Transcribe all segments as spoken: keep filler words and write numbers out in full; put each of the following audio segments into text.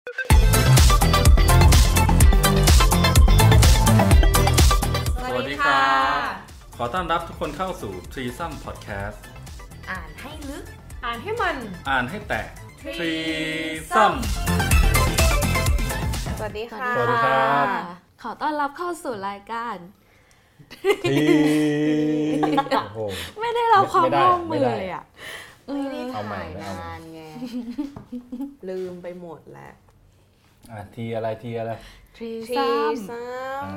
สวัสดีครับขอต้อนรับทุกคนเข้าสู่ Threesome Podcast อ่านให้ลึกอ่านให้มันอ่านให้แตก Threesome สวัสดีค่ะสวัสดีครับขอต้อนรับเข้าสู่รายการทีโอ้ไม่ได้รับความร่วมมือเลยอ่ะไม่ได้ถ่ายนานไงลืมไปหมดแล้วอ่ะทีอะไรทีอะไร Threesome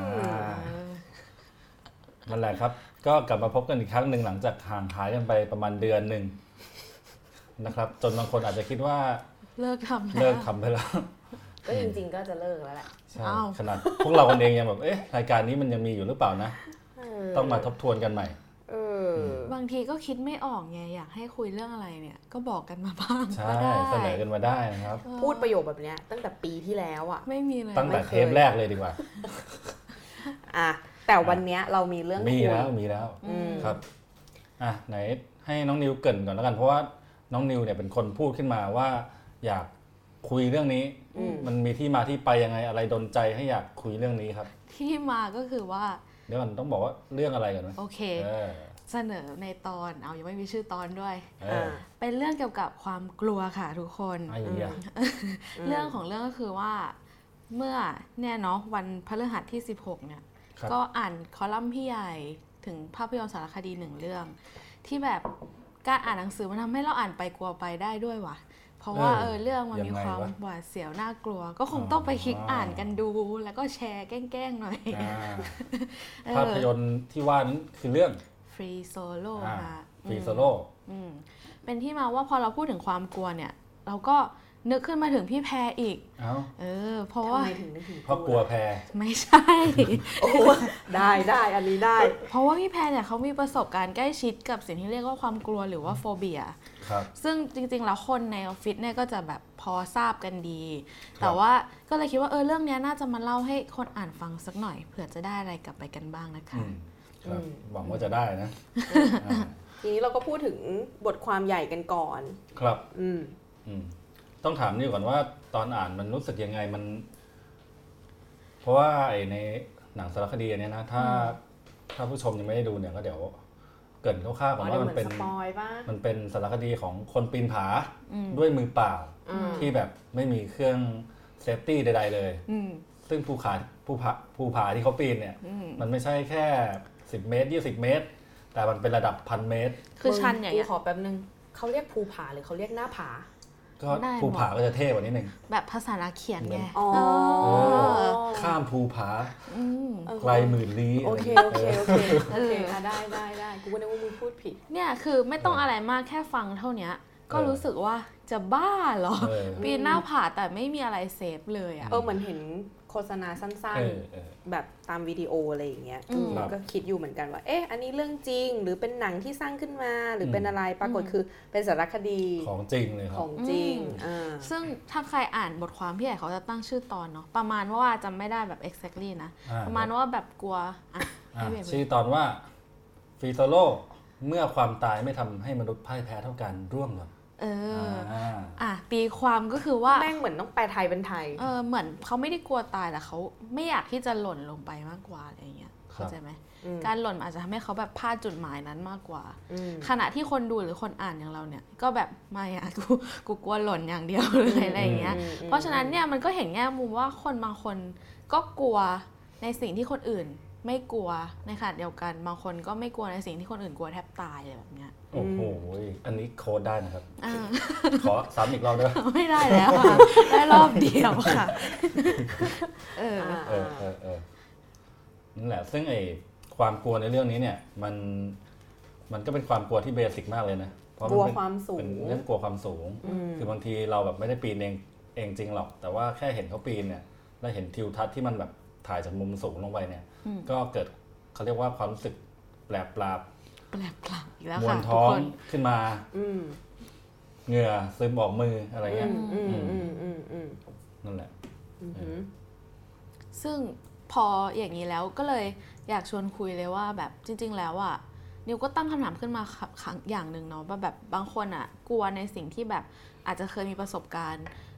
นั่นแหละครับก็กลับมาพบกันอีกครั้งหนึ่งหลังจากห่างหายกันไปประมาณเดือนหนึ่งนะครับจนบางคนอาจจะคิดว่าเลิกทำแล้วเลิกทำไปแล้วก็จริงๆก็จะเลิกแล้วแหละใช่ขนาดพวกเราคนเองยังแบบเอ๊ะรายการนี้มันยังมีอยู่หรือเปล่านะต้องมาทบทวนกันใหม่บางทีก็คิดไม่ออกไงอยากให้คุยเรื่องอะไรเนี่ยก็บอกกันมาบ้างใช่เสนอกันมาได้นะครับพูดประโยคแบบนี้ตั้งแต่ปีที่แล้วอ่ะไม่มีเลยตั้งแต่เทปแรกเลยดีกว่าอ่ะแต่วันนี้เรามีเรื่องมีแล้วมีแล้วครับอ่ะไหนให้น้องนิวเกริ่นก่อนแล้วกันเพราะว่าน้องนิวเนี่ยเป็นคนพูดขึ้นมาว่าอยากคุยเรื่องนี้มันมีที่มาที่ไปยังไงอะไรดลใจให้อยากคุยเรื่องนี้ครับที่มาก็คือว่าเดี๋ยวก่อนต้องบอกว่าเรื่องอะไรกันไหมโอเคเสนอในตอนเอายังไม่มีชื่อตอนด้วยเป็นเรื่องเกี่ยวกับความกลัวค่ะทุกคนเรื่องของเรื่องก็คือว่าเมื่อเนี่ยเนาะวันพฤหัสที่สิบหกเนี่ยก็อ่านคอลัมน์พี่ใหญ่ถึงภาพยนตร์สารคดีหนึ่งเรื่องที่แบบการอ่านหนังสือมันทำให้เราอ่านไปกลัวไปได้ด้วยว่ะเพราะว่าเออเรื่องมันมีความหวาดเสียวน่ากลัวก็คงต้องไปคลิกอ่านกันดูแล้วก็แชร์แกล้งๆหน่อยภาพยนตร์ที่ว่านั้นคือเรื่อง Free Solo ค่ะ Free Solo เป็นที่มาว่าพอเราพูดถึงความกลัวเนี่ยเราก็นึกขึ้นมาถึงพี่แพรอีกเอ้าเออเพราะว่าเพราะกลัวแพรไม่ใช่โอ้ได้ได้อันนี้ได้เพราะว่าพี่แพรเนี่ยเขามีประสบการณ์ใกล้ชิดกับสิ่งที่เรียกว่าความกลัวหรือว่าโฟเบียครับซึ่งจริงๆแล้วคนในออฟฟิศเนี่ยก็จะแบบพอทราบกันดีแต่ว่าก็เลยคิดว่าเออเรื่องนี้น่าจะมาเล่าให้คนอ่านฟังสักหน่อยเผื่อจะได้อะไรกลับไปกันบ้างนะคะครับหวังว่าจะได้นะทีนี้เราก็พูดถึงบทความใหญ่กันก่อนครับอืมอืมต้องถามนี่ก่อนว่าตอนอ่านมันรู้สึกยังไงมันเพราะว่าไอ้ในหนังสารคดีอันนี้นะถ้าถ้าผู้ชมยังไม่ได้ดูเนี่ยก็เดี๋ยวเกริ่นคร่าวๆก่อนว่ามันเป็นมันเป็นสารคดีของคนปีนผาด้วยมือเปล่าที่แบบไม่มีเครื่องเซฟตี้ใดๆเลยซึ่งภูขาภูผาภูผาที่เขาปีนเนี่ยมันไม่ใช่แค่สิบเมตรยี่สิบเมตรแต่มันเป็นระดับพันเมตรคือชันอย่างเงี้ยขอแป๊บนึงเขาเรียกภูผาหรือเขาเรียกหน้าผาก็ภูผาก็จะเท่กว่านิดนึงแบบภาษาเขียนไงข้ามภูผาไกลหมื่นลี้โอเคโอเคโอเคโอเคได้ได้ได้กูก็นึกว่ามึงพูดผิดเนี่ยคือไม่ต้องอะไรมากแค่ฟังเท่านี้ก็รู้สึกว่าจะบ้าเหรอปีนหน้าผาแต่ไม่มีอะไรเซฟเลยอ่ะเออเหมือนเห็นโฆษณาสั้นๆแบบตามวิดีโออะไรอย่างเงี้ยก็คิดอยู่เหมือนกันว่าเอ๊ะอันนี้เรื่องจริงหรือเป็นหนังที่สร้างขึ้นมาหรือเป็นอะไรปรากฏคือเป็นสารคดีของจริงเลยครับของจริงซึ่งถ้าใครอ่านบทความพี่ใหญ่เขาจะตั้งชื่อตอนเนาะประมาณว่าจำไม่ได้แบบ exactly นะประมาณว่าแบบกลัวอ่ะชื่อตอนว่าฟรีโซโล่เมื่อความตายไม่ทำให้มนุษย์พ่ายแพ้เท่ากันร่วงหรอกเอออ่ะตีความก็คือว่าแม่งเหมือนต้องแปลไทยเป็นไทยเออเหมือนเขาไม่ได้กลัวตายแต่เขาไม่อยากที่จะหล่นลงไปมากกว่าอะไรอย่างเงี้ยเข้าใจไหมการหล่นอาจจะทำให้เขาแบบพลาดจุดหมายนั้นมากกว่าขณะที่คนดูหรือคนอ่านอย่างเราเนี่ยก็แบบไม่อะกูกูกลัวหล่นอย่างเดียวเลยอะไรอย่างเงี้ยเพราะฉะนั้นเนี่ยมันก็เห็นแง่มุมว่าคนบางคนก็กลัวในสิ่งที่คนอื่นไม่กลัวในขณะเดียวกันบางคนก็ไม่กลัวในสิ่งที่คนอื่นกลัวแทบตายอะไรแบบเนี้ยโอ้โหอันนี้โค้ดได้นะครับขอซ้ำอีกรอบได้ไหมไม่ได้แล้วค่ะได้รอบเดียวค่ะเออเออเออเออนั่นแหละซึ่งไอ้ความกลัวในเรื่องนี้เนี่ยมันมันก็เป็นความกลัวที่เบสิกมากเลยนะเพราะมันเป็นความสูงเป็นเรื่องกลัวความสูงคือบางทีเราแบบไม่ได้ปีนเองเองจริงหรอกแต่ว่าแค่เห็นเขาปีนเนี่ยแล้วเห็นทิวทัศน์ที่มันแบบถ่ายจากมุมสูงลงไปเนี่ยก็เกิดเขาเรียกว่าความรู้สึกแปลกปราบแปลกปราบอีกแล้วค่ะมวนท้องขึ้นมาเหงื่อซึมออกมืออะไรเงี้ยนั่นแหละซึ่งพออย่างนี้แล้วก็เลยอยากชวนคุยเลยว่าแบบจริงๆแล้วอ่ะนิวก็ตั้งคำถามขึ้นมาครั้งอย่างหนึ่งเนาะว่าแบบบางคนอ่ะกลัวในสิ่งที่แบบอาจจะเคยมีประสบการณ์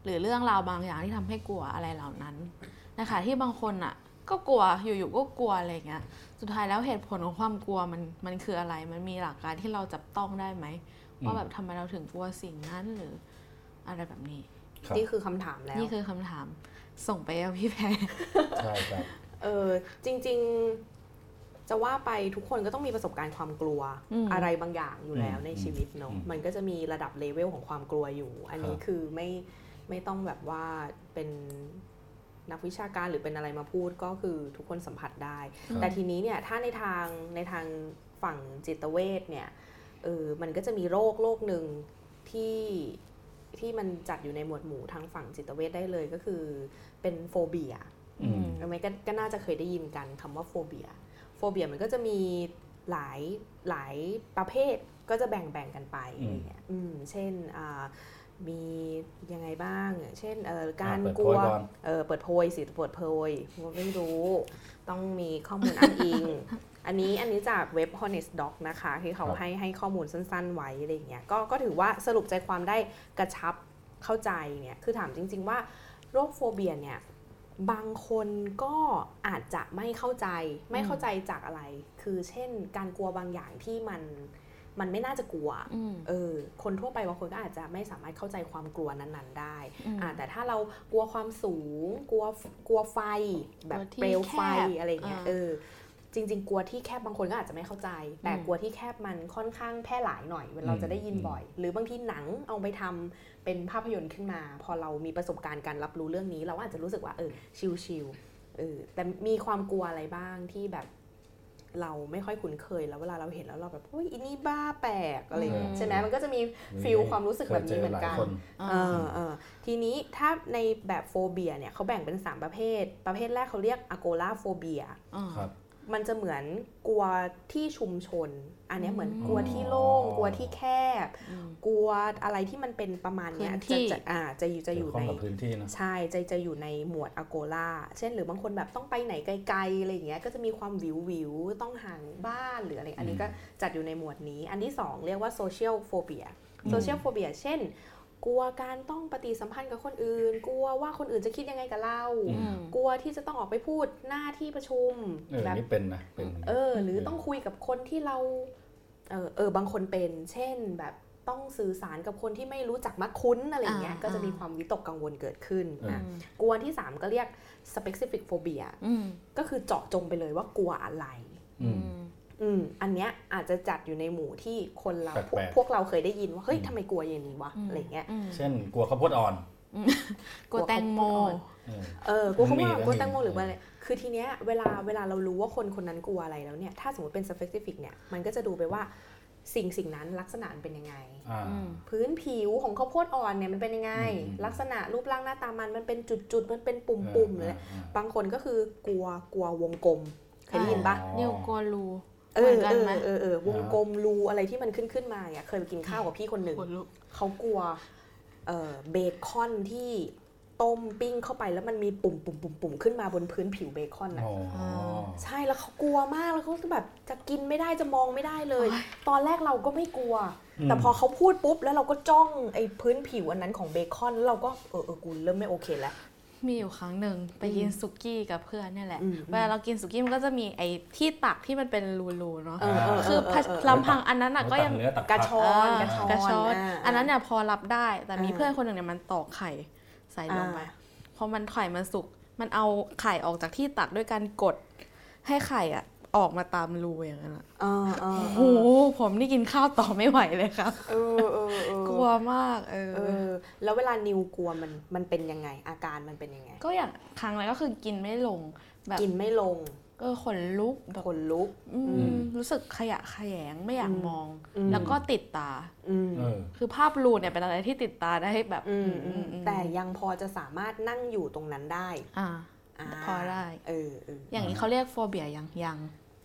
หรือเรื่องราวบางอย่างที่ทำให้กลัวอะไรเหล่านั้นนะคะที่บางคนอ่ะก็กลัวอยู่ๆก็กลัวอะไรเงี้ยสุดท้ายแล้วเหตุผลของความกลัวมันมันคืออะไรมันมีหลักการที่เราจับต้องได้ไหมว่าแบบทำไมเราถึงกลัวสิ่งนั้นหรืออะไรแบบนี้นี่คือคำถามแล้วนี่คือคำถามส่งไปยังพี่แพรใช่ครับเออจริงๆจะว่าไปทุกคนก็ต้องมีประสบการณ์ความกลัวอะไรบางอย่างอยู่แล้วในชีวิตเนาะมันก็จะมีระดับเลเวลของความกลัวอยู่อันนี้คือไม่ไม่ต้องแบบว่าเป็นนักวิชาการหรือเป็นอะไรมาพูดก็คือทุกคนสัมผัสได้แต่ทีนี้เนี่ยถ้าในทางในทางฝั่งจิตเวชเนี่ยเออมันก็จะมีโรคโรคหนึ่งที่ที่มันจัดอยู่ในหมวดหมู่ทางฝั่งจิตเวชได้เลยก็คือเป็นโฟเบียอันนี้ก็น่าจะเคยได้ยินกันคำว่าโฟเบียโฟเบียมันก็จะมีหลายหลายประเภทก็จะแบ่งแบ่งกันไปอะไรเงี้ยเช่นมียังไงบ้างเช่นการกลัวเออเปิดโพยสิเปิดโพยไม่รู้ต้องมีข้อมูลอ้างอิงอันนี้อันนี้จากเว็บ Honest Doc นะคะที่เขาให้ให้ข้อมูลสั้นๆไว้อะไรเงี้ยก็ก็ถือว่าสรุปใจความได้กระชับเข้าใจเนี่ยคือถามจริงๆว่าโรคโฟเบียเนี่ยบางคนก็อาจจะไม่เข้าใจไม่เข้าใจจากอะไรคือเช่นการกลัวบางอย่างที่มันมันไม่น่าจะกลัวเออคนทั่วไปบางคนก็อาจจะไม่สามารถเข้าใจความกลัวนั้นๆได้อ่าแต่ถ้าเรากลัวความสูงกลัวกลัวไฟแบบเปลวไฟอะไรเงี้ยเออจริงๆกลัวที่แคบบางคนก็อาจจะไม่เข้าใจแต่กลัวที่แคบมันค่อนข้างแพร่หลายหน่อยเวลาเราจะได้ยินบ่อยหรือบางทีหนังเอาไปทำเป็นภาพยนตร์ขึ้นมาพอเรามีประสบการณ์การรับรู้เรื่องนี้เราอาจจะรู้สึกว่าเออชิลๆเออแต่มีความกลัวอะไรบ้างที่แบบเราไม่ค่อยคุ้นเคยแล้วเวลาเราเห็นแล้วเราแบบโอ้ยอีนี่บ้าแปลกอะไรใช่ไหมมันก็จะมีฟีลความรู้สึกแบบนี้เหมือนกันเออเออทีนี้ถ้าในแบบโฟเบียเนี่ยเขาแบ่งเป็นสามประเภทประเภทแรกเขาเรียกอะโกลาโฟเบียมันจะเหมือนกลัวที่ชุมชนอันนี้เหมือนกลัวที่โล่งกลัวที่แคบกลัวอะไรที่มันเป็นประมาณเนี้ยจะจะอ่าจะอยู่จะอยู่ในใช่จะจะอยู่ในหมวดอะโกลาเช่นหรือบางคนแบบต้องไปไหนไกลๆอะไรอย่างเงี้ยก็จะมีความวิววิวต้องห่างบ้านหรืออะไรอันนี้ก็จัดอยู่ในหมวดนี้อันที่สองเรียกว่าโซเชียลโฟเบียโซเชียลโฟเบียเช่นกลัวการต้องปฏิสัมพันธ์กับคนอื่นกลัวว่าคนอื่นจะคิดยังไงกับเรากลัวที่จะต้องออกไปพูดหน้าที่ประชุมแบบนี้เป็นนะเป็นเออหรือต้องคุยกับคนที่เราเออเออบางคนเป็นเช่นแบบต้องสื่อสารกับคนที่ไม่รู้จักมักคุ้นอะไรเงี้ยก็จะมีความวิตกกังวลเกิดขึ้นนะกลัวที่สามก็เรียก specific phobia ก็คือเจาะจงไปเลยว่ากลัวอะไรอืมอันเนี้ยอาจจะจัดอยู่ในหมู่ที่คนเราพวกเราเคยได้ยินว่าเฮ้ยทำไมกลัวอย่างนี้วะอะไรเงี้ยเช่นกลัวข้าวโพดอ่อนกลัวแตงโมเออกลัวข้าวโพดอ่อนกลัวแตงโมหรืออะไรคือทีเนี้ยเวลาเวลาเรารู้ว่าคนคนนั้นกลัวอะไรแล้วเนี่ยถ้าสมมติเป็น specific เนี่ยมันก็จะดูไปว่าสิ่งสิ่งนั้นลักษณะมันเป็นยังไงพื้นผิวของข้าวโพดอ่อนเนี่ยมันเป็นยังไงลักษณะรูปร่างหน้าตามันมันเป็นจุดๆมันเป็นปุ่มๆเลยบางคนก็คือกลัวกลัววงกลมเคยได้ยินปะเนี่ยกลัวรูเออเออเออเออวงกลมรูอะไรที่มันขึ้นขึ้นมาเนี่ยเคยไปกินข้าวกับพี่คนหนึ่งเขากลัวเอ่อเบคอนที่ต้มปิ้งเข้าไปแล้วมันมีปุ่มปุ่มปุ่มปุ่มขึ้นมาบนพื้นผิวเบคอนอ่ะใช่แล้วเขากลัวมากแล้วเขาแบบจะกินไม่ได้จะมองไม่ได้เลยตอนแรกเราก็ไม่กลัวแต่พอเขาพูดปุ๊บแล้วเราก็จ้องไอ้พื้นผิวอันนั้นของเบคอนแล้วเราก็เออเออกูเริ่มไม่โอเคแล้วมีอยู่ครั้งหนึ่งไปกินสุกี้กับเพื่อนเนี่ยแหละเวลาเรากินสุกี้มันก็จะมีไอ้ที่ตักที่มันเป็นรูๆเนาะคือลำพังอันนั้นน่ะก็ยังกระชอนกระชอนอันนั้นเนี่ยพอรับได้แต่มีเพื่อนคนหนึ่งเนี่ยมันตอกไข่ใส่ลงไปพอมันไข่มันสุกมันเอาไข่ออกจากที่ตักด้วยการกดให้ไข่อ่ะออกมาตามรูอย่างนั้นอ่ะโอ้โหผมนี่กินข้าวต่อไม่ไหวเลยครับกลัวมากเออแล้วเวลานิวกลัวมันมันเป็นยังไงอาการมันเป็นยังไงก็อย่างครั้งแรกก็คือกินไม่ลงแบบกินไม่ลงเออขนลุกขนลุกรู้สึกขยะแขยงไม่อยากมองแล้วก็ติดตาคือภาพรูเนี่ยเป็นอะไรที่ติดตาได้แบบแต่ยังพอจะสามารถนั่งอยู่ตรงนั้นได้อ่าพอได้เอออย่างนี้เขาเรียกโฟเบียยังยัง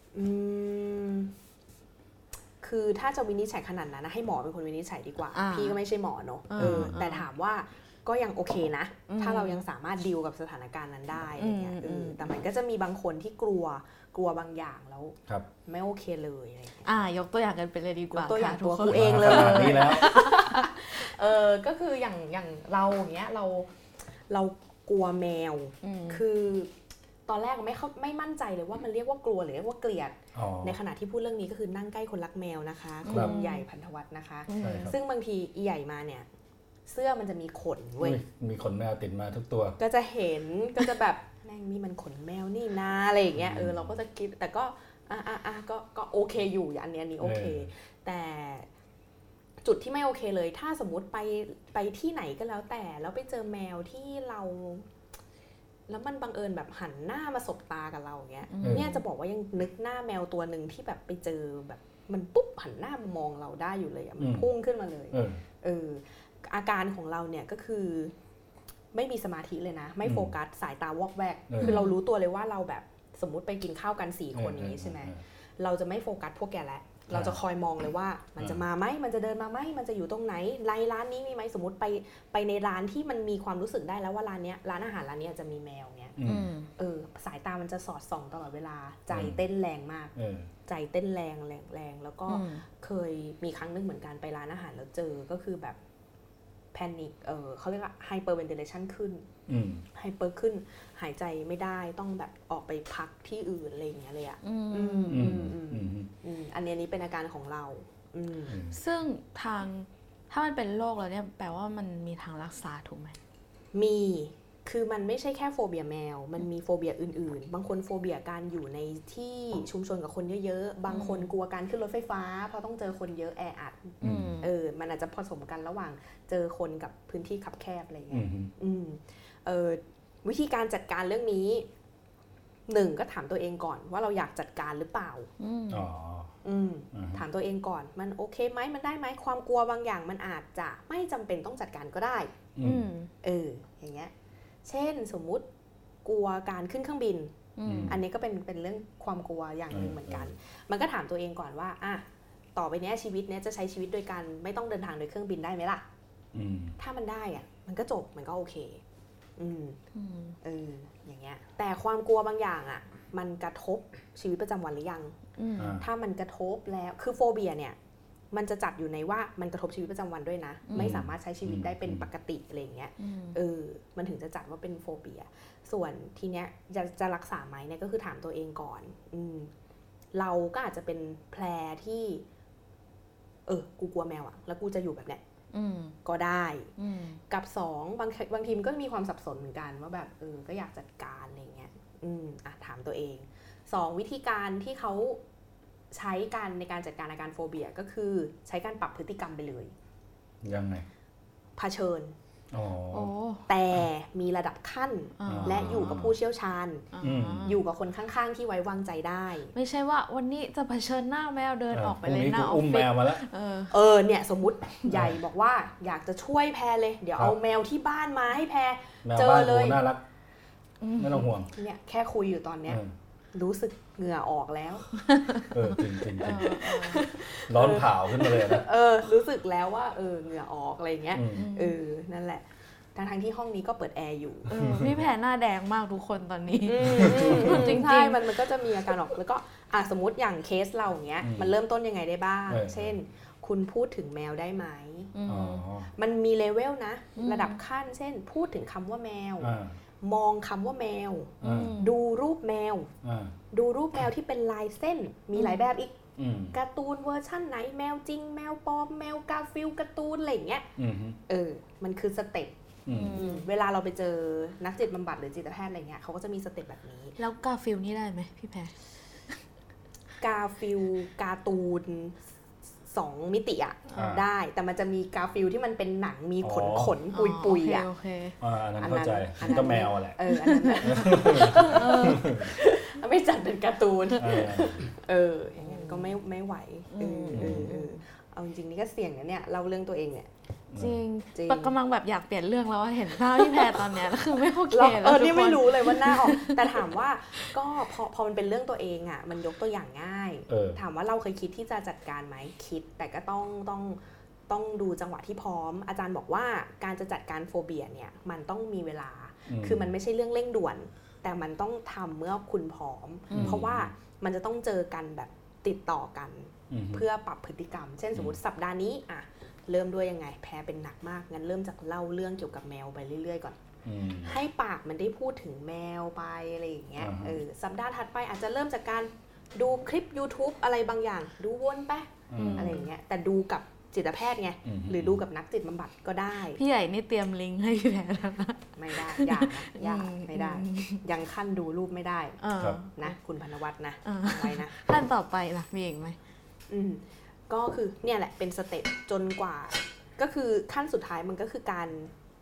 คือถ้าจะวินิจฉัยขนาดนั้นนะให้หมอเป็นคนวินิจฉัยดีกว่าพี่ก็ไม่ใช่หมอเนอะเออแต่ถามว่าก็ยังโอเคนะถ้าเรายังสามารถดีลกับสถานการณ์นั้นได้อะไรเงี้ยเออแต่มันก็จะมีบางคนที่กลัวกลัวบางอย่างแล้วไม่โอเคเลยอะไรเงี้ยอ่ายกตัวอย่างกันไปเลยดีกว่าตัวอย่างตัวกูเองเลยเออก็คืออย่างอย่างเราอย่างเงี้ยเราเรากลัวแมวคือตอนแรกไม่เข้าไม่มั่นใจเลยว่ามันเรียกว่ากลัวหรือเรียกว่าเกลียดในขณะที่พูดเรื่องนี้ก็คือนั่งใกล้คนรักแมวนะคะคุณใหญ่พันธวัฒน์นะคะซึ่งบางทีอีใหญ่มาเนี่ยเสื้อมันจะมีขนเว้ยมีขนแมวติดมาทุกตัวก็จะเห็นก็จะแบบแม่งนี่มันขนแมวนี่นาอะไรอย่างเงี้ยเออเราก็จะคิดแต่ก็อ่ะอ่ะอ่ะก็ก็โอเคอยู่อันนี้อันนี้โอเคแต่จุดที่ไม่โอเคเลยถ้าสมมุติไปไปที่ไหนก็แล้วแต่แล้วไปเจอแมวที่เราแล้วมันบังเอิญแบบหันหน้ามาสบตากับเราอย่างเงี้ยเนี่ยจะบอกว่ายังนึกหน้าแมวตัวหนึ่งที่แบบไปเจอแบบมันปุ๊บหันหน้ามามองเราได้อยู่เลยอ่ะมันพุ่งขึ้นมาเลยเอออาการของเราเนี่ยก็คือไม่มีสมาธิเลยนะไม่โฟกัสสายตาวอกแวกคือเรารู้ตัวเลยว่าเราแบบสมมุติไปกินข้าวกันสี่คนอย่างนี้ใช่ไหมเราจะไม่โฟกัสพวกแกแล้วเราจะคอยมองเลยว่ามันจะมาไหมมันจะเดินมาไหมมันจะอยู่ตรงไหนร้านร้านนี้มีไหมสมมติไปไปในร้านที่มันมีความรู้สึกได้แล้วว่าร้านเนี้ยร้านอาหารร้านนี้จะมีแมวเนี้ยเออสายตามันจะสอดส่องตลอดเวลาใจเต้นแรงมากใจเต้นแรงแรงแรงแล้วก็เคยมีครั้งนึงเหมือนกันไปร้านอาหารแล้วเจอก็คือแบบแพนิคเออเขาเรียกว่าไฮเปอร์เวนทิเลชันขึ้นไฮเปอร์ขึ้นหายใจไม่ได้ต้องแบบออกไปพักที่อื่นอะไรอย่างเงี้ยเลยอ่ะอันนี้นี้เป็นอาการของเราซึ่งทางถ้ามันเป็นโรคแล้วเนี่ยแปลว่ามันมีทางรักษาถูกไหมมีคือมันไม่ใช่แค่โฟเบียแมวมันมีโฟเบียอื่นๆบางคนโฟเบียการอยู่ในที่ชุมชนกับคนเยอะๆบางคนกลัวการขึ้นรถไฟฟ้าเพราะต้องเจอคนเยอะแออัดเออมันอาจจะผสมกันระหว่างเจอคนกับพื้นที่คับแคบอะไรอย่างเงี้ยเออวิธีการจัดการเรื่องนี้หนึ่งก็ถามตัวเองก่อนว่าเราอยากจัดการหรือเปล่าอ๋อถามตัวเองก่อนมันโอเคไหมมันได้ไหมความกลัวบางอย่างมันอาจจะไม่จำเป็นต้องจัดการก็ได้เอออย่างเงี้ยเช่นสมมุติกลัวการขึ้นเครื่องบินอันนี้ก็เป็นเป็นเรื่องความกลัวอย่างหนึ่งเหมือนกันมันก็ถามตัวเองก่อนว่าอ่ะต่อไปนี้ชีวิตเนี้ยจะใช้ชีวิตโดยการไม่ต้องเดินทางโดยเครื่องบินได้ไหมล่ะถ้ามันได้อ่ะมันก็จบมันก็โอเคอืมเอออย่างเงี้ยแต่ความกลัวบางอย่างอ่ะมันกระทบชีวิตประจำวันหรือยังถ้ามันกระทบแล้วคือโฟเบียเนี่ยมันจะจัดอยู่ในว่ามันกระทบชีวิตประจำวันด้วยนะไม่สามารถใช้ชีวิตได้เป็นปกติอะไรอย่างเงี้ยเออมันถึงจะจัดว่าเป็นโฟเบียส่วนทีเนี้ยจะจะรักษาไหมเนี่ยก็คือถามตัวเองก่อนอืมเราก็อาจจะเป็นแผลที่เออกูกลัวแมวอะแล้วกูจะอยู่แบบเนี้ยก็ได้กับสองบางบางทีมันก็มีความสับสนเหมือนกันว่าแบบเออก็อยากจัดการอะไรเงี้ยอืมอ่ะถามตัวเองสองวิธีการที่เขาใช้การในการจัดการอาการโฟเบียก็คือใช้การปรับพฤติกรรมไปเลยยังไงเผชิญแต่มีระดับขั้นและอยู่กับผู้เชี่ยวชาญอยู่กับคนข้างๆที่ไว้วางใจได้ไม่ใช่ว่าวันนี้จะเผชิญหน้าแมวเดินออกไปเลยหน้าออฟฟิศเออเนี่ยสมมุติใหญ่บอกว่าอยากจะช่วยแพรเลยเดี๋ยวเอาแมวที่บ้านมาให้แพรเจอเลยน่ารักไม่ต้องห่วงเนี่ยแค่คุยอยู่ตอนเนี้ยรู้สึกเหงื่อออกแล้วเออจริงจริงร้อนเผาขึ้นมาเลยนะเออรู้สึกแล้วว่าเออเหงื่อออกอะไรเงี้ยเออนั่นแหละทั้งทั้งที่ห้องนี้ก็เปิดแอร์อยู่พี่แพรหน้าแดงมากทุกคนตอนนี้จริงๆใช่มันมันก็จะมีอาการออกแล้วก็อ่ะสมมติอย่างเคสเราอย่างเงี้ยมันเริ่มต้นยังไงได้บ้างเช่นคุณพูดถึงแมวได้ไหมมันมีเลเวลนะระดับขั้นเช่นพูดถึงคำว่าแมวมองคำว่าแมวดูรูปแมวดูรูปแมวที่เป็นลายเส้นมีหลายแบบอีกการ์ตูนเวอร์ชั่นไหนแมวจริงแมวปลอมแมวกาฟิลการ์ตูนอะไรอย่างเงี้ยเออมันคือสเต็ปเวลาเราไปเจอนักจิตบำบัดหรือจิตแพทย์อะไรเงี้ยเขาก็จะมีสเต็ปแบบนี้แล้วกาฟิลนี่ได้ไหมพี่แพรกาฟิลการ์ตูนสองมิติอ่ะได้แต่มันจะมีกาฟิลที่มันเป็นหนังมีขนขนปุยปุยอ่ะอันนั้นเข้าใจก็แมวแหละเอออันนั้นไม่จัดเป็นการ์ตูนเอออย่างนั้นก็ไม่ไม่ไหวเออเออเออเอาจริงๆนี่ก็เสี่ยงนะเนี่ยเล่าเรื่องตัวเองเนี่ยจริงปกำลังแบบอยากเปลี่ยนเรื่องแล้วว่าเห็นภาพพี่แพรตอนเนี้ยคือไม่โอเคแล้วเออนี่ไม่รู้เลยว่าหน้าออกแต่ถามว่าก็พอพอมันเป็นเรื่องตัวเองอ่ะมันยกตัวอย่างง่ายถามว่าเราเคยคิดที่จะจัดการไหมคิดแต่ก็ต้องต้องต้องดูจังหวะที่พร้อมอาจารย์บอกว่าการจะจัดการโฟเบียเนี่ยมันต้องมีเวลาคือมันไม่ใช่เรื่องเร่งด่วนแต่มันต้องทำเมื่อคุณพร้อมเพราะว่ามันจะต้องเจอกันแบบติดต่อกันเพื่อปรับพฤติกรรมเช่นสมมติสัปดาห์นี้อ่ะเริ่มด้วยยังไงแพ้เป็นหนักมากงั้นเริ่มจากเล่าเรื่องเกี่ยวกับแมวไปเรื่อยๆก่อนให้ปากมันได้พูดถึงแมวไปอะไรอย่างเงี้ยเออสัปดาห์ถัดไปอาจจะเริ่มจากการดูคลิป YouTube อะไรบางอย่างดูวนไปอะไรอย่างเงี้ยแต่ดูกับจิตแพทย์ไงหรือดูกับนักจิตบำบัดก็ได้พี่ใหญ่นี่เตรียมลิงก์ให้พี่แพทย์แล้วนะไม่ได้ยากยากไม่ได้ยังขั้นดูรูปไม่ได้นะคุณพนวัฒน์นะไว้นะขั้นต่อไปล่ะมีอีกไหมอืมก็คือเนี่ยแหละเป็นสเต็ปจนกว่าก็คือขั้นสุดท้ายมันก็คือการ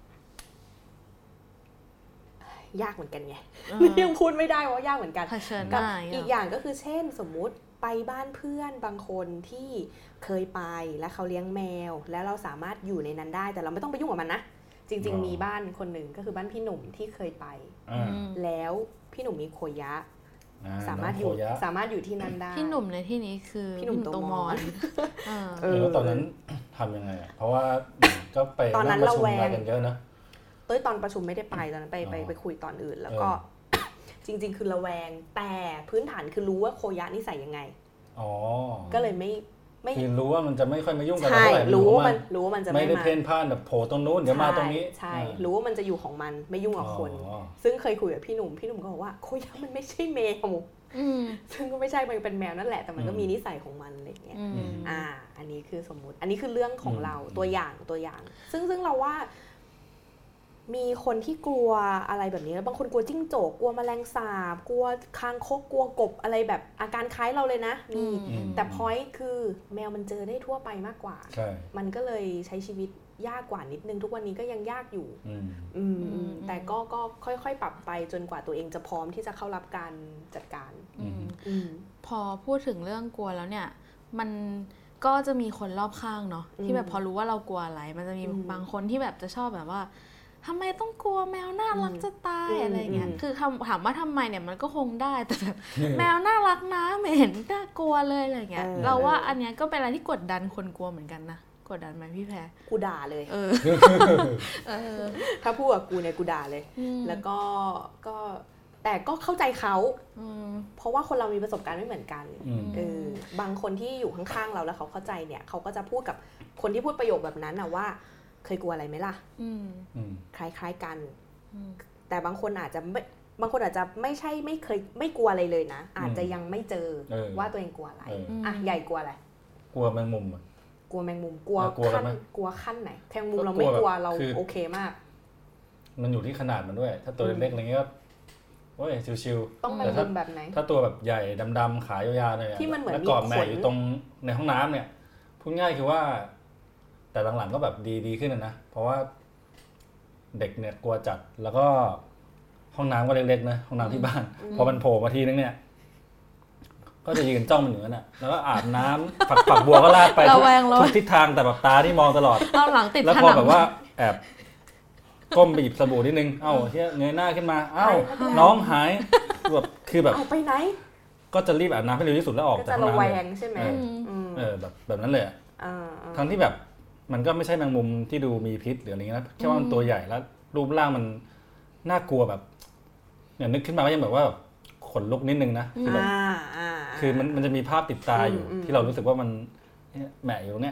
ยากเหมือนกันไงยังพูดไม่ได้ว่ายากเหมือนกันกับอีกอย่างก็คือเช่นสมมุติไปบ้านเพื่อนบางคนที่เคยไปแล้วเขาเลี้ยงแมวแล้วเราสามารถอยู่ในนั้นได้แต่เราไม่ต้องไปยุ่งกับมันนะจริงๆมีบ้านคนหนึ่งก็คือบ้านพี่หนุ่มที่เคยไปแล้วพี่หนุ่มมีโคยะสามารถอยู่สามารถอยู่ที่นั้นได้พี่หนุ่มในที่นี้คือพี่หนุ่มโตมอนเออตอนนั้นทำยังไงอ่ะเพราะว่าก็ไปตอนนั้นเราแวงกันเยอะนะเต้ยตอนประชุมไม่ได้ไปตอนนั้นไปไปไปคุยตอนอื่นแล้วก็จริงๆคือระแวงแต่พื้นฐานคือรู้ว่าโคยะนิสัยยังไงอ๋อก็เลยไม่ไม่คือรู้ว่ามันจะไม่ค่อยมายุ่งกับเราเท่าไหร่รู้ว่ามันรู้ว่ามันจะไม่ได้เพ่นพ่านแบบโผล่ตรงนู้นเดี๋ยวมาตรงนี้ใช่รู้ว่ามันจะอยู่ของมันไม่ยุ่งกับคนซึ่งเคยคุยกับพี่หนุ่มพี่หนุ่มก็บอกว่าโคยะมันไม่ใช่แมวซึ่งก็ไม่ใช่มันเป็นแมวนั่นแหละแต่มันก็มีนิสัยของมันอะไรอย่างเงี้ยอ่าอันนี้คือสมมุติอันนี้คือเรื่องของเราตัวอย่างตัวอย่างซึ่งซึ่งเราว่ามีคนที่กลัวอะไรแบบนี้แล้วบางคนกลัวจิ้งจกกลัวแมลงสาบกลัวคางคกกลัวกบอะไรแบบอาการคล้ายเราเลยนะมีแต่ point คือแมวมันเจอได้ทั่วไปมากกว่ามันก็เลยใช้ชีวิตยากกว่านิดนึงทุกวันนี้ก็ยังยากอยู่แต่ก็ก็ค่อยๆปรับไปจนกว่าตัวเองจะพร้อมที่จะเข้ารับการจัดการพอพูดถึงเรื่องกลัวแล้วเนี่ยมันก็จะมีคนรอบข้างเนาะที่แบบพอรู้ว่าเรากลัวอะไรมันจะมีบางคนที่แบบจะชอบแบบว่าทำไมต้องกลัวแมวน่ารักจะตายอะไรเงี้ยคือถามว่าทำไมเนี่ยมันก็คงได้แต่แบบแมวน่ารักนะไม่เห็นน่ากลัวเลยอะไรเงี้ยเราว่าอันเนี้ยก็เป็นอะไรที่กดดันคนกลัวเหมือนกันนะกดดันไหมพี่แพรกูด่าเลยเออถ้าพูดกับกูเนี่ยกูด่าเลยแล้วก็ก็แต่ก็เข้าใจเขาเพราะว่าคนเรามีประสบการณ์ไม่เหมือนกันเออบางคนที่อยู่ข้างๆเราแล้วเขาเข้าใจเนี่ยเขาก็จะพูดกับคนที่พูดประโยคแบบนั้นนะว่าเคยกลัวอะไรไหมล่ะคล้ายๆกันแต่บางคนอาจจะไม่บางคนอาจจะไม่ใช่ไม่เคยไม่กลัวอะไรเลยนะอาจจะยังไม่เจอว่าตัวเองกลัวอะไรอ่ะใหญ่กลัวอะไรกลัวแมงมุมกลัวแมงมุมกลัวขั้นกลัวขั้นไหนแมงมุมเราไม่กลัวเราโอเคมากมันอยู่ที่ขนาดมันด้วยถ้าตัวเล็กๆอะไรเงี้ยโอ้ยชิวๆต้องแมงมุมแบบไหนถ้าตัวแบบใหญ่ดำๆขายาวๆเลยที่มันเหมือนมีขนแม่อยู่ตรงในห้องน้ำเนี่ยพูดง่ายคือว่าแต่หลังๆก็แบบดีดีขึ้นนะเพราะว่าเด็กเนี่ยกลัวจัดแล้วก็ห้องน้ำก็เล็กๆนะห้องน้ำที่บ้านพอมันโผล่มาทีนึงเนี่ยก็จะยืนจ้องมันอยู่นั่นแหละแล้วก็อาบน้ำฝักฝักบัวก็ลากไปทุกทิศทางแต่แบบตาที่มองตลอดแล้วพอแบบว่าแอบก้มไปหยิบสบู่นิดนึงเอ้าเฮ้ยเงยหน้าขึ้นมาเอ้าน้องหายแบบคือแบบเอาไปไหนก็จะรีบอาบน้ำให้เร็วที่สุดแล้วออกจากห้องน้ำเลยใช่ไหมเออแบบแบบนั้นเลยทั้งที่แบบมันก็ไม่ใช่แมงมุมที่ดูมีพิษหรืออะไรเงี้ยนะแค่ว่ามันตัวใหญ่แล้วรูปร่างมันน่ากลัวแบบเนี่ยนึกขึ้นมาก็ยังแบบว่าขนลุกนิดนึงนะคือแบบคือมันมันจะมีภาพติดตาอยู่ที่เรารู้สึกว่ามันแหมอยู่ตรงเนี้ย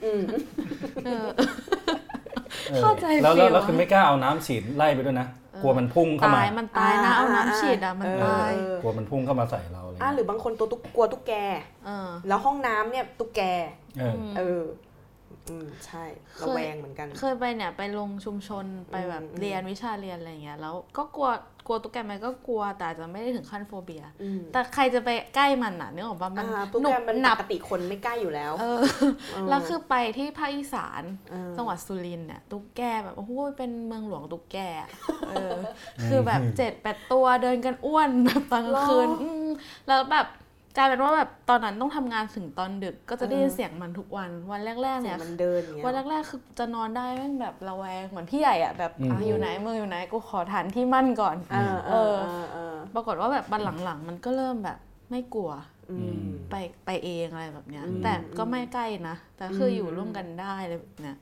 เข้าใจแล้วแล้วคือไม่กล้าเอาน้ำฉีดไล่ไปด้วยนะกลัวมันพุ่งเข้ามาตายมันตายนะเอาน้ำฉีดอ่ะมันตายกลัวมันพุ่งเข้ามาใส่เราเลยอ่ะหรือบางคนตัวตุ๊กกลัวตุ๊กแกแล้วห้องน้ำเนี่ยตุ๊กแกเอออืมใช่ระแวงเหมือนกันเคยไปเนี่ยไปลงชุมชนไปแบบเรียนวิชาเรียนอะไรเงี้ยแล้วก็กลัวกลัวตุ๊กแกไหมก็กลัวแต่อาจจะไม่ได้ถึงขั้นโฟเบียแต่ใครจะไปใกล้มันอ่ะนึกออกป่ะมันหนุบมันปกติคนไม่ใกล้อยู่แล้วแล้วคือไปที่ภาคอีสานจังหวัดสุรินทร์เนี่ยตุ๊กแกแบบโอ้โหเป็นเมืองหลวงตุ๊กแกคือแบบเจ็ดแปดตัวเดินกันอ้วนแบบตอนกลางคืนแล้วแบบกลายเป็นว่าแบบตอนนั้นต้องทำงานถึงตอนดึกก็จะได้ยินเสียงมันทุกวันวันแรกๆเนี่ยมันเดินวันแรกๆคือจะนอนได้แม่งแบบระแวงเหมือนพี่ใหญ่อ่ะแบบอยู่ไหนเมืองอยู่ไหนกูขอฐานที่มั่นก่อนเออปรากฏว่าแบบวันหลังๆมันก็เริ่มแบบไม่กลัวไปไปเองอะไรแบบเนี้ยแต่ก็ไม่ใกล้นะแต่คืออยู่ร่วมกันได้อะไรแบบเนี้ย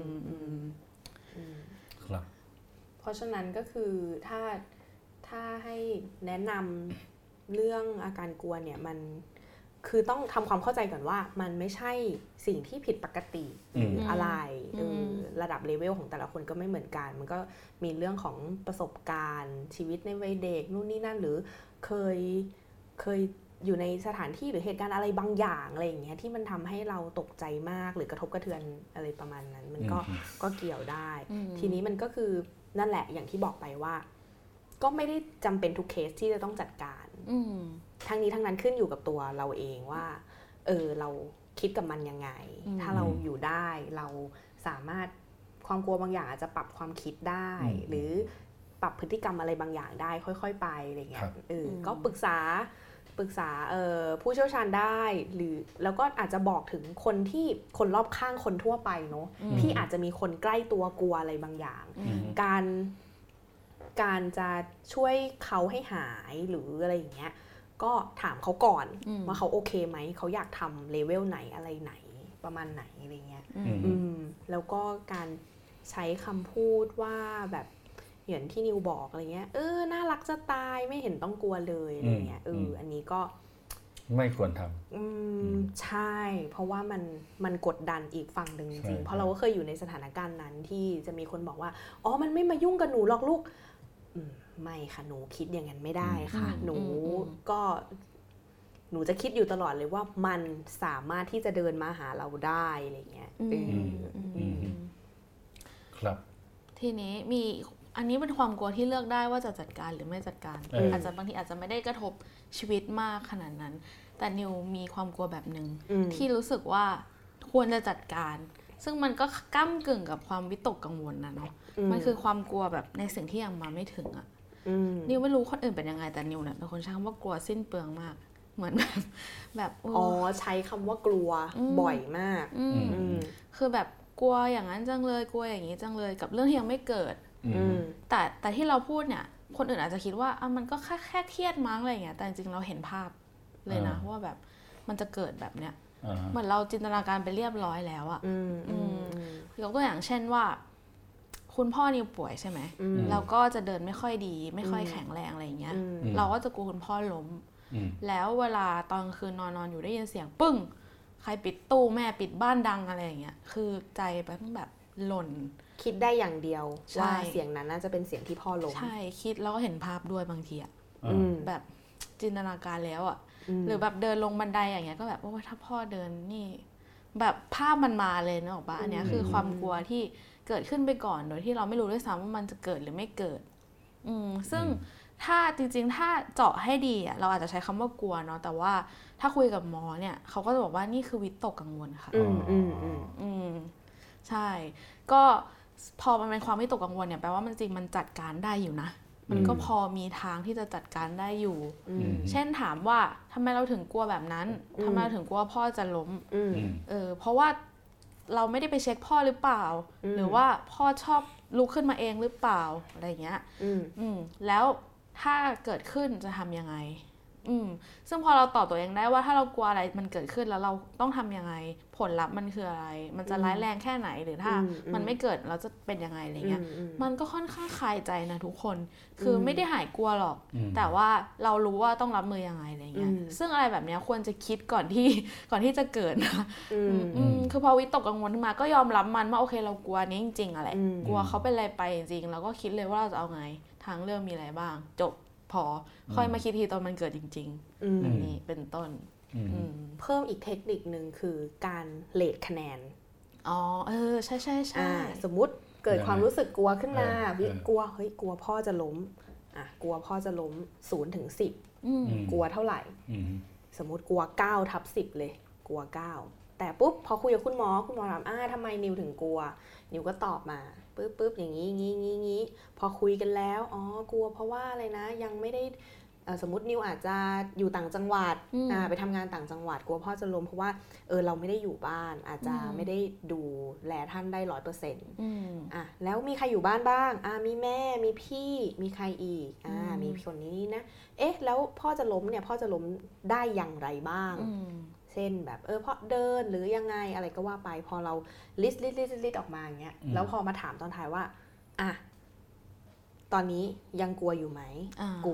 เพราะฉะนั้นก็คือถ้าถ้าให้แนะนำเรื่องอาการกลัวเนี่ยมันคือต้องทำความเข้าใจก่อนว่ามันไม่ใช่สิ่งที่ผิดปกติหรืออะไรเออระดับเลเวลของแต่ละคนก็ไม่เหมือนกันมันก็มีเรื่องของประสบการณ์ชีวิตในวัยเด็กนู่นนี่นั่นหรือเคยเคยอยู่ในสถานที่หรือเหตุการณ์อะไรบางอย่างอะไรอย่างเงี้ยที่มันทำให้เราตกใจมากหรือกระทบกระเทือนอะไรประมาณนั้นมันก็ก็เกี่ยวได้ทีนี้มันก็คือนั่นแหละอย่างที่บอกไปว่าก็ไม่ได้จำเป็นทุกเคสที่จะต้องจัดการทั้งนี้ทั้งนั้นขึ้นอยู่กับตัวเราเองว่าเออเราคิดกับมันยังไงถ้าเราอยู่ได้เราสามารถความกลัวบางอย่างอาจจะปรับความคิดได้หรือปรับพฤติกรรมอะไรบางอย่างได้ค่อยๆไปอะไรเงี้ยเออก็ปรึกษาปรึกษาผู้เชี่ยวชาญได้หรือแล้วก็อาจจะบอกถึงคนที่คนรอบข้างคนทั่วไปเนาะที่อาจจะมีคนใกล้ตัวกลัวอะไรบางอย่างการการจะช่วยเขาให้หายหรืออะไรอย่างเงี้ยก็ถามเขาก่อนว่าเขาโอเคไหมเขาอยากทำเลเวลไหนอะไรไหนประมาณไหนอะไรเงี้ยแล้วก็การใช้คำพูดว่าแบบอย่างที่นิวบอกอะไรเงี้ยเออน่ารักจะตายไม่เห็นต้องกลัวเลยอะไรเงี้ยเอออันนี้ก็ไม่ควรทำอืมใช่เพราะว่ามันมันกดดันอีกฝั่งหนึ่งจริงเพราะเราก็เคยอยู่ในสถานการณ์นั้นที่จะมีคนบอกว่าอ๋อมันไม่มายุ่งกับหนูหรอกลูกไม่ค่ะหนูคิดอย่างนั้นไม่ได้ค่ะหนูก็หนูจะคิดอยู่ตลอดเลยว่ามันสามารถที่จะเดินมาหาเราได้อะไรเงี้ยครับทีนี้มีอันนี้เป็นความกลัวที่เลือกได้ว่าจะจัดการหรือไม่จัดการอาจจะบางทีอาจจะไม่ได้กระทบชีวิตมากขนาดนั้นแต่นิวมีความกลัวแบบนึงที่รู้สึกว่าควรจะจัดการซึ่งมันก็ก้ำกึ่งกับความวิตกกังวลนะเนาะมันคือความกลัวแบบในสิ่งที่ยังมาไม่ถึงอ่ะนิวไม่รู้คนอื่นเป็นยังไงแต่นิวเนี่ยเป็นคนใช้คำว่ากลัวสิ้นเปลืองมากเหมือนแบบแบบอ๋อใช้คำว่ากลัวบ่อยมากคือแบบกลัวอย่างนั้นจังเลยกลัวอย่างนี้จังเลยกับเรื่องที่ยังไม่เกิดแต่แต่ที่เราพูดเนี่ยคนอื่นอาจจะคิดว่าอ่ะมันก็แค่แค่เครียดมั้งอะไรอย่างเงี้ยแต่จริงๆเราเห็นภาพเลยนะว่าแบบมันจะเกิดแบบเนี้ยเหมือนเราจินตนาการไปเรียบร้อยแล้วอ่ะยกตัวอย่างเช่นว่าคุณพ่อนิวป่วยใช่ไหมเราก็จะเดินไม่ค่อยดีไม่ค่อยแข็งแรงอะไรอย่างเงี้ยเราก็จะกลัวคุณพ่อล้มแล้วเวลาตอนคืนนอนนอนอยู่ได้ยินเสียงปึ้งใครปิดตู้แม่ปิดบ้านดังอะไรอย่างเงี้ยคือใจแบบแบบหล่นคิดได้อย่างเดียวว่าเสียงนั้นน่าจะเป็นเสียงที่พ่อล้มใช่คิดแล้วก็เห็นภาพด้วยบางทีอ่ะแบบจินตนาการแล้วอ่ะหรือแบบเดินลงบันไดอย่างเงี้ยก็แบบว่าถ้าพ่อเดินนี่แบบภาพมันมาเลยนะออกปะอันนี้คือความกลัวที่เกิดขึ้นไปก่อนโดยที่เราไม่รู้ด้วยซ้ำว่ามันจะเกิดหรือไม่เกิดอืมซึ่งถ้าจริงๆถ้าเจาะให้ดีอ่ะเราอาจจะใช้คำว่ากลัวเนาะแต่ว่าถ้าคุยกับหมอเนี่ยเขาก็จะบอกว่านี่คือวิตกกังวลค่ะอืมอืมอืมอืมใช่ก็พอมันเป็นความวิตกกังวลเนี่ยแปลว่ามันจริงมันจัดการได้อยู่นะมันก็พอมีทางที่จะจัดการได้อยู่เช่นถามว่าทำไมเราถึงกลัวแบบนั้นทำไมเราถึงกลัวพ่อจะล้มเออเพราะว่าเราไม่ได้ไปเช็คพ่อหรือเปล่าหรือว่าพ่อชอบลุกขึ้นมาเองหรือเปล่าอะไรเงี้ยอืมแล้วถ้าเกิดขึ้นจะทำยังไงอืมซึ่งพอเราตอบตัวเองได้ว่าถ้าเรากลัวอะไรมันเกิดขึ้นแล้วเราต้องทำยังไงผลลัพธ์มันคืออะไรมันจะร้ายแรงแค่ไหนหรือถ้ามันไม่เกิดเราจะเป็นยังไงอะไรเงี้ยมันก็ค่อนข้างคลายใจนะทุกคนคือไม่ได้หายกลัวหรอกแต่ว่าเรารู้ว่าต้องรับมือยังไงอะไรเงี้ยซึ่งอะไรแบบนี้ควรจะคิดก่อนที่ก่อนที่จะเกิดนะคือพอวิตกกังวลขึ้นมาก็ยอมรับมันว่าโอเคเรากลัวนี้จริงๆอะไรกลัวเขาเป็นอะไรไปจริงๆแล้วก็คิดเลยว่าเราจะเอาไงทางเลือกมีอะไรบ้างจบพอค่อยมาคิดทีตอนมันเกิดจริงๆแบบนี้เป็นต้นเพิ่มอีกเทคนิคนึงคือการเรทคะแนนอ๋อเออใช่ใช่ใช่สมมุติเกิดความรู้สึกกลัวขึ้นมาวิกลัวเฮ้ยกลัวพ่อจะล้มอ่ะกลัวพ่อจะล้มศูนย์ถึงสิบกลัวเท่าไหร่สมมุติกลัวเก้าทับสิบเลยกลัวเก้าแต่ปุ๊บพอคุยกับคุณหมอคุณหมอถามอ้าทำไมนิวถึงกลัวนิวก็ตอบมาปึ๊บปึ๊บอย่างนี้งี้งี้งี้พอคุยกันแล้วอ๋อกลัวเพราะว่าอะไรนะยังไม่ได้สมมตินิวอาจจะอยู่ต่างจังหวัดไปทำงานต่างจังหวัดกลัวพ่อจะล้มเพราะว่าเออเราไม่ได้อยู่บ้านอาจจะไม่ได้ดูแลท่านได้ร้อยเปอร์เซ็นต์อ่ะแล้วมีใครอยู่บ้านบ้างอ่ะมีแม่มีพี่มีใครอีกอ่ามีคนนี้นะเอ๊ะแล้วพ่อจะล้มเนี่ยพ่อจะล้มได้อย่างไรบ้างเช่นแบบเออเพราะเดินหรือยังไงอะไรก็ว่าไปพอเราลิสต์ลิสต์ลิสต์ลิสต์ออกมาอย่างเงี้ยแล้วพอมาถามตอนท้ายว่าอ่ะตอนนี้ยังกลัวอยู่ไหมกลัว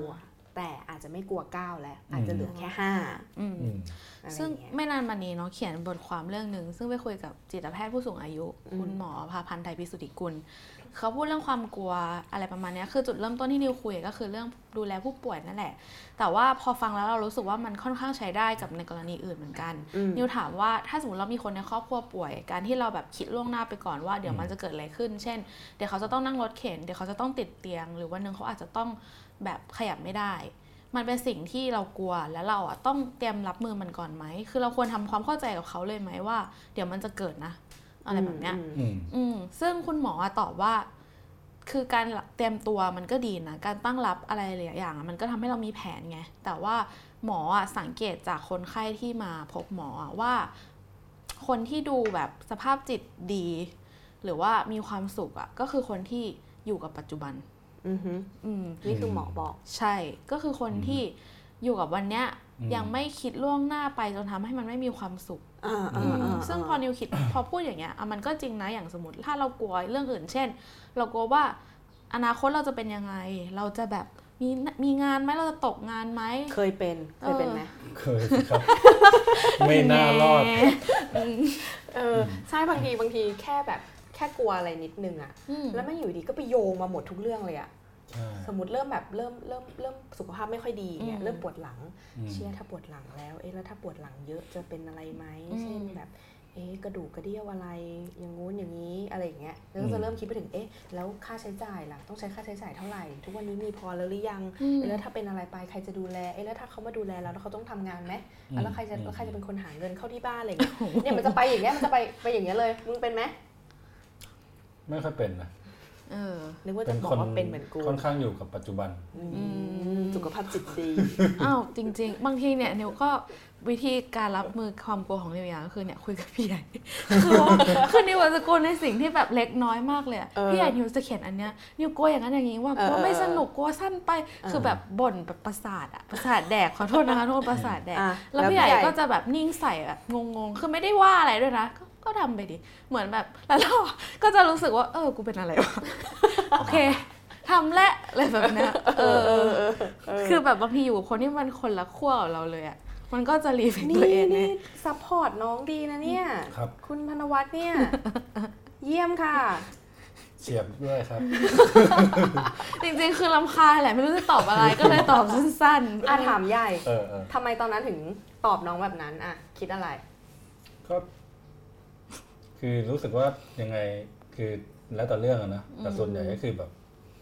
แต่อาจจะไม่กลัวก้าวแล้วอาจจะเหลือแค่ห้าซึ่งไม่นานมานี้เนาะเขียนบทความเรื่องนึงซึ่งไปคุยกับจิตแพทย์ผู้สูงอายุคุณหมอภาพันธ์ไทยพิสุทธิกุลเขาพูดเรื่องความกลัวอะไรประมาณนี้คือจุดเริ่มต้นที่นิวคุยก็คือเรื่องดูแลผู้ป่วยนั่นแหละแต่ว่าพอฟังแล้วเรารู้สึกว่ามันค่อนข้างใช้ได้กับในกรณีอื่นเหมือนกันนิวถามว่าถ้าสมมติเรามีคนในครอบครัวป่วยการที่เราแบบคิดล่วงหน้าไปก่อนว่าเดี๋ยวมันจะเกิดอะไรขึ้นเช่นเดี๋ยวเขาจะต้องนั่งรถเข็นเดี๋ยวเขาจะต้องติดเตียงหรือวันนึงเขาอาจจะต้องแบบขยับไม่ได้มันเป็นสิ่งที่เรากลัวแล้วเราอ่ะต้องเตรียมรับมือมันก่อนไหมคือเราควรทำความเข้าใจกับเขาเลยไหมว่าเดี๋ยวมันจะเกิดนะอะไรแบบเนี้ยอืมซึ่งคุณหมอตอบว่าคือการเตรียมตัวมันก็ดีนะการตั้งรับอะไรหลายอย่างมันก็ทำให้เรามีแผนไงแต่ว่าหมออ่ะสังเกตจากคนไข้ที่มาพบหมอว่าคนที่ดูแบบสภาพจิตดีหรือว่ามีความสุขอ่ะก็คือคนที่อยู่กับปัจจุบันอือฮึอืมนี่คือหมอบอกใช่ก็คือคนที่อยู่กับวันเนี้ยยังไม่คิดล่วงหน้าไปจนทำให้มันไม่มีความสุขซึ่งพอนิวคิดพอพูดอย่างเงี้ยมันก็จริงนะอย่างสมมติถ้าเรากลัวเรื่องอื่นเช่นเรากลัวว่าอนาคตเราจะเป็นยังไงเราจะแบบมีมีงานไหมเราจะตกงานไหมเคยเป็นเคยเป็นไหมเคยครับไม่น่ารอดเออใช่บางทีบางทีแค่แบบแค่กลัวอะไรนิดนึงอะแล้วมันอยู่ดีก็ไปโยงมาหมดทุกเรื่องเลยอะสมมติเริ่มแบบเริ่มเริ่มเริ่มสุขภาพไม่ค่อยดีเนี่ยเริ่มปวดหลังเชื่อถ้าปวดหลังแล้วเอ๊ะแล้วถ้าปวดหลังเยอะจะเป็นอะไรไหมเช่นแบบเอ๊ะกระดูกกระเดี่ยวอะไรอย่างงู้นอย่างนี้อะไรอย่างเงี้ยแล้วก็จะเริ่มคิดไปถึงเอ๊ะแล้วค่าใช้จ่ายล่ะต้องใช้ค่าใช้จ่ายเท่าไหร่ทุกวันนี้มีพอแล้วหรือยังแล้วถ้าเป็นอะไรไปใครจะดูแลเอ๊ะแล้วถ้าเขามาดูแลแล้วเขาต้องทำงานไหมแล้วใครจะแล้วใครจะเป็นคนหาเงินเข้าที่บ้านอะไรอย่างเงี้ยเนี่ยมันจะไปอย่างเงี้ยมันจะไปไปอย่างเงี้ยเลยมึงเป็นไหมไม่ค่อยเป็นนะเออนึกว่าจะบอกว่าเป็นเหมือนกูค่อนข้างอยู่กับปัจจุบันสุขภาพจิตดีอ้าวจริงๆบางทีเนี่ยนิวก็วิธีการรับมือความกลัวของนิวอย่างก็คือเนี่ยคุยกับพี่ใหญ่คือนิวจะกลัวในสิ่งที่แบบเล็กน้อยมากเลยพี่ใหญ่นิวจะเขียนอันเนี้ยนิวกลัวอย่างนั้นอย่างนี้ว่ากลัวไม่สนุกกลัวสั้นไปคือแบบบ่นแบบประสาทอะประสาทแดกขอโทษนะคะทุกคนประสาทแดกแล้วพี่ใหญ่ก็จะแบบนิ่งใส่แบบงงๆคือไม่ได้ว่าอะไรด้วยนะก็ทำไปดิเหมือนแบบแล้วเราก็จะรู้สึกว่าเออกูเป็นอะไรวะโอเคทำและอะไรแบบนี้เออคือแบบบางทีอยู่คนที่มันคนละขั้วกับเราเลยอ่ะมันก็จะรีเฟกตัวเองนี่ซัพพอร์ตน้องดีนะเนี่ยคุณธนวัฒน์เนี่ยเยี่ยมค่ะเฉียบด้วยครับจริงๆคือรำคาญแหละไม่รู้จะตอบอะไรก็เลยตอบสั้นๆอ่ะถามใหญ่ทำไมตอนนั้นถึงตอบน้องแบบนั้นอ่ะคิดอะไรก็คือรู้สึกว่ายังไงคือแล้วแต่เรื่องอะนะแต่ส่วนใหญ่ก็คือแบบ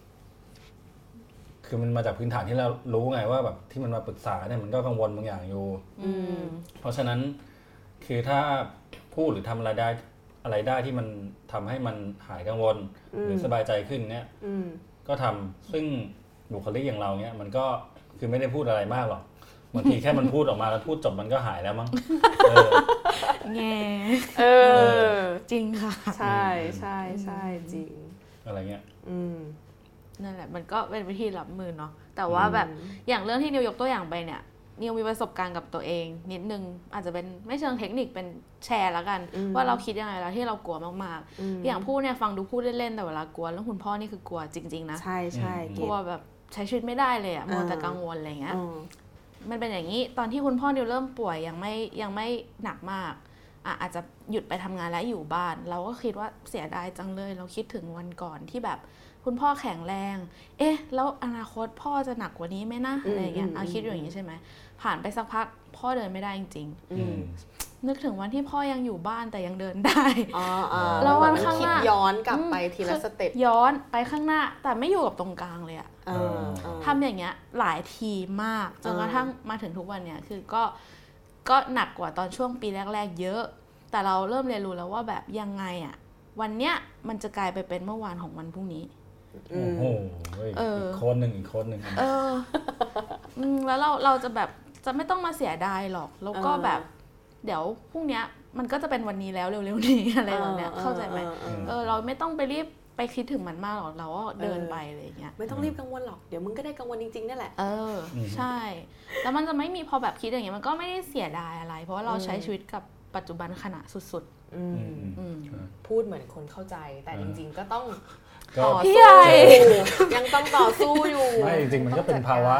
คือมันมาจากพื้นฐานที่เรารู้ไงว่าแบบที่มันมาปรึกษาเนี่ยมันก็กังวลบางอย่างอยู่เพราะฉะนั้นคือถ้าพูดหรือทำอะไรได้อะไรได้ที่มันทำให้มันหายกังวลหรือสบายใจขึ้นเนี่ยก็ทำซึ่งบุคลิกอย่างเราเนี่ยมันก็คือไม่ได้พูดอะไรมากหรอกบางทีแค่มันพูดออกมาแล้วพูดจบมันก็หายแล้วมั้งแง่เออจริงค่ะใช่ใช่ใช่จริงอะไรเงี้ยอืมนั่นแหละมันก็เป็นวิธีรับมือเนาะแต่ว่าแบบอย่างเรื่องที่นิวยกตัวอย่างไปเนี่ยนิวมีประสบการณ์กับตัวเองนิดนึงอาจจะเป็นไม่เชิงเทคนิคเป็นแชร์แล้วกันว่าเราคิดยังไงแล้วที่เรากลัวมากๆอย่างพูดเนี่ยฟังดูพูดเล่นๆแต่เวลากลัวเรื่องคุณพ่อนี่คือกลัวจริงๆนะใช่ใช่กลัวแบบใช้ชีวิตไม่ได้เลยอะมัวแต่กังวลอะไรเงี้ยมันเป็นอย่างนี้ตอนที่คุณพ่อนิวเริ่มป่วยยังไม่ยังไม่หนักมากอ่ะอาจจะหยุดไปทำงานแล้วอยู่บ้านเราก็คิดว่าเสียดายจังเลยเราคิดถึงวันก่อนที่แบบคุณพ่อแข็งแรงเอ๊ะแล้วอนาคตพ่อจะหนักกว่านี้ไหมนะอะไรเงี้ยคิดอยู่อย่างนี้ใช่ไหมผ่านไปสักพักพ่อเดินไม่ได้จริงๆนึกถึงวันที่พ่อยังอยู่บ้านแต่ยังเดินได้แล้ววันข้างหน้าย้อนกลับไปทีละสเต็ปย้อนไปข้างหน้าแต่ไม่อยู่กับตรงกลางเลยอะทำอย่างเงี้ยหลายทีมากจนกระทั่งมาถึงทุกวันเนี้ยคือก็ก็หนักกว่าตอนช่วงปีแรกๆเยอะแต่เราเริ่มเรียนรู้แล้วว่าแบบยังไงอะวันเนี้ยมันจะกลายไปเป็นเมื่อวานของวันพรุ่งนี้โอ้โหอีกคนหนึ่งอีกคนหนึ่งเออแล้วเราเราจะแบบจะไม่ต้องมาเสียดายหรอกแล้วก็แบบเดี๋ยวพรุ่งนี้มันก็จะเป็นวันนี้แล้วเร็วๆนี้อะไรแบบเนี้ยเข้าใจไหมเออเราไม่ต้องไปรีบไปคิดถึงมันมากหรอกเราก็เดินไปอะไรอย่างเงี้ยไม่ต้องรีบกังวลหรอกเดี๋ยวมึงก็ได้กังวลจริงๆนั่นแหละเออใช่แล้วมันจะไม่มีพอแบบคิดอย่างเงี้ยมันก็ไม่ได้เสียดายอะไรเพราะว่าเราใช้ชีวิตกับปัจจุบันขณะสุดๆพูดเหมือนคนเข้าใจแต่จริงๆก็ต้องต่อสู้ยังต้องต่อสู้อยู่ไม่จริงๆมันก็เป็นภาวะ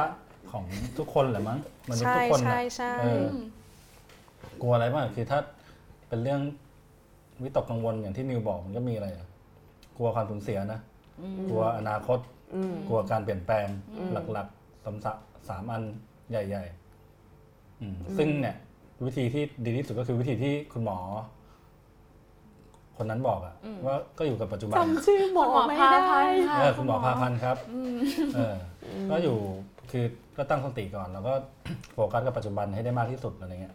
ของทุกคนแหละมั้งมันเป็นใช่ทุกคนใช่นะใช่เออกลัวอะไรบ้างคือถ้าเป็นเรื่องวิตกกังวลอย่างที่นิวบอกมันก็มีอะไรอะกลัวความสูญเสียนะกลัวอนาคตกลัวการเปลี่ยนแปลงหลักๆสามสามอันใหญ่ๆซึ่งเนี่ยวิธีที่ดีที่สุดก็คือวิธีที่คุณหมอคนนั้นบอกอะว่าก็อยู่กับปัจจุบันจำชื่อหมอไม่ได้เออคุณหมอพาพันธ์ครับเออก็อยู่คือก็ตั้งสติก่อนแล้วก็โฟกัสกับปัจจุบันให้ได้มากที่สุดอะไรเงี้ย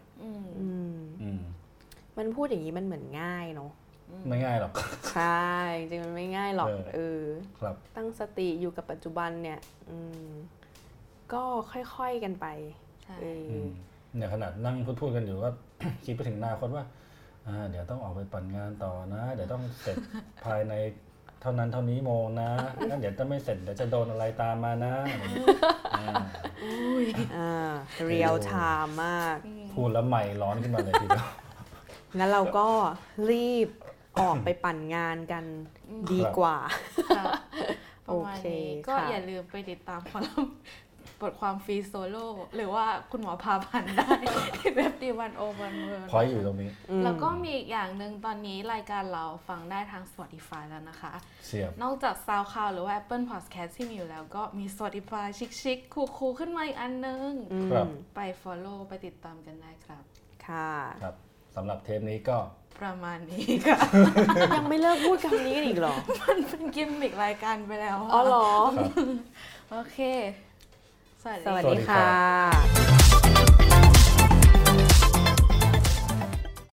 มันพูดอย่างนี้มันเหมือนง่ายเนาะไม่ง่ายหรอกใช่จริงมันไม่ง่ายหรอกเออครับตั้งสติอยู่กับปัจจุบันเนี่ยก็ค่อยๆกันไปเนี่ยขนาดนั่งพูดๆกันอยู่ว่าคิดไปถึงอนาคตว่าเดี๋ยวต้องออกไปปั่นงานต่อนะเดี๋ยวต้องเสร็จภายในเท่านั้นเท่านี้โมงนะงั้นเดี๋ยวถ้าไม่เสร็จเดี๋ยวจะโดนอะไรตามมานะอุ้ยอ่าเรียลไทม์มากพูดแล้วใหม่ร้อนขึ้นมาเลยทีเดียวงั้นเราก็รีบออกไปปั่นงานกันดีกว่าโอเคก็อย่าลืมไปติดตามคอลัมน์บทความฟรีโซโล่หรือว่าคุณหมอพาพันธ์ได้ที่เว็บดีวันโอวันเวิร์พอยอยู่ตรงนี้แล้วก็มีอีกอย่างหนึ่งตอนนี้รายการเราฟังได้ทาง Spotify แล้วนะคะนอกจาก SoundCloud หรือว่า Apple Podcast ที่มีอยู่แล้วก็มี Spotify ชิคๆคูลๆขึ้นมาอีกอันนึงไป follow ไปติดตามกันได้ครับค่ะครับสำหรับเทปนี้ก็ประมาณนี้ค่ะยังไม่เลิกพูดคำนี้กันอีกหรอมันเป็นกิมมิครายการไปแล้วอ๋อเหรอโอเคสวัสดีค่ะ